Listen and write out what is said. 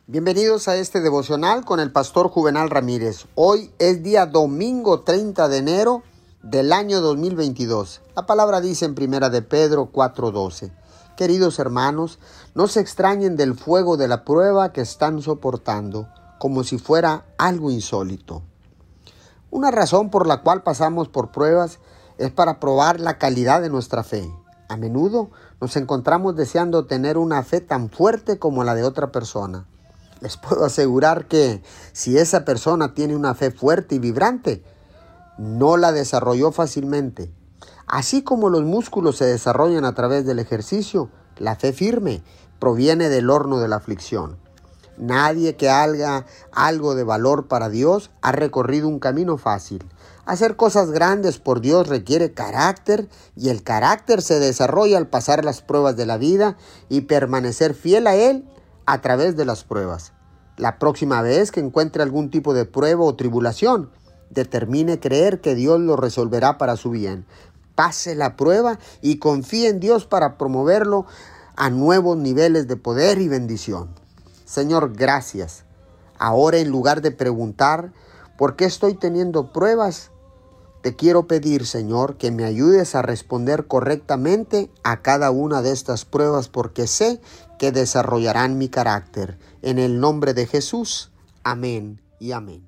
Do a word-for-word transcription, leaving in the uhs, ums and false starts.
Bienvenidos a este devocional con el pastor Juvenal Ramírez. Hoy es día domingo treinta de enero del año dos mil veintidós. La palabra dice en primera de Pedro cuatro doce. Queridos hermanos, no se extrañen del fuego de la prueba que están soportando, como si fuera algo insólito. Una razón por la cual pasamos por pruebas es para probar la calidad de nuestra fe. A menudo nos encontramos deseando tener una fe tan fuerte como la de otra persona. Les puedo asegurar que si esa persona tiene una fe fuerte y vibrante, no la desarrolló fácilmente. Así como los músculos se desarrollan a través del ejercicio, la fe firme proviene del horno de la aflicción. Nadie que haga algo de valor para Dios ha recorrido un camino fácil. Hacer cosas grandes por Dios requiere carácter, y el carácter se desarrolla al pasar las pruebas de la vida y permanecer fiel a Él a través de las pruebas. La próxima vez que encuentre algún tipo de prueba o tribulación, determine creer que Dios lo resolverá para su bien. Pase la prueba y confíe en Dios para promoverlo a nuevos niveles de poder y bendición. Señor, gracias. Ahora, en lugar de preguntar ¿por qué estoy teniendo pruebas?, te quiero pedir, Señor, que me ayudes a responder correctamente a cada una de estas pruebas, porque sé que desarrollarán mi carácter. En el nombre de Jesús. Amén y amén.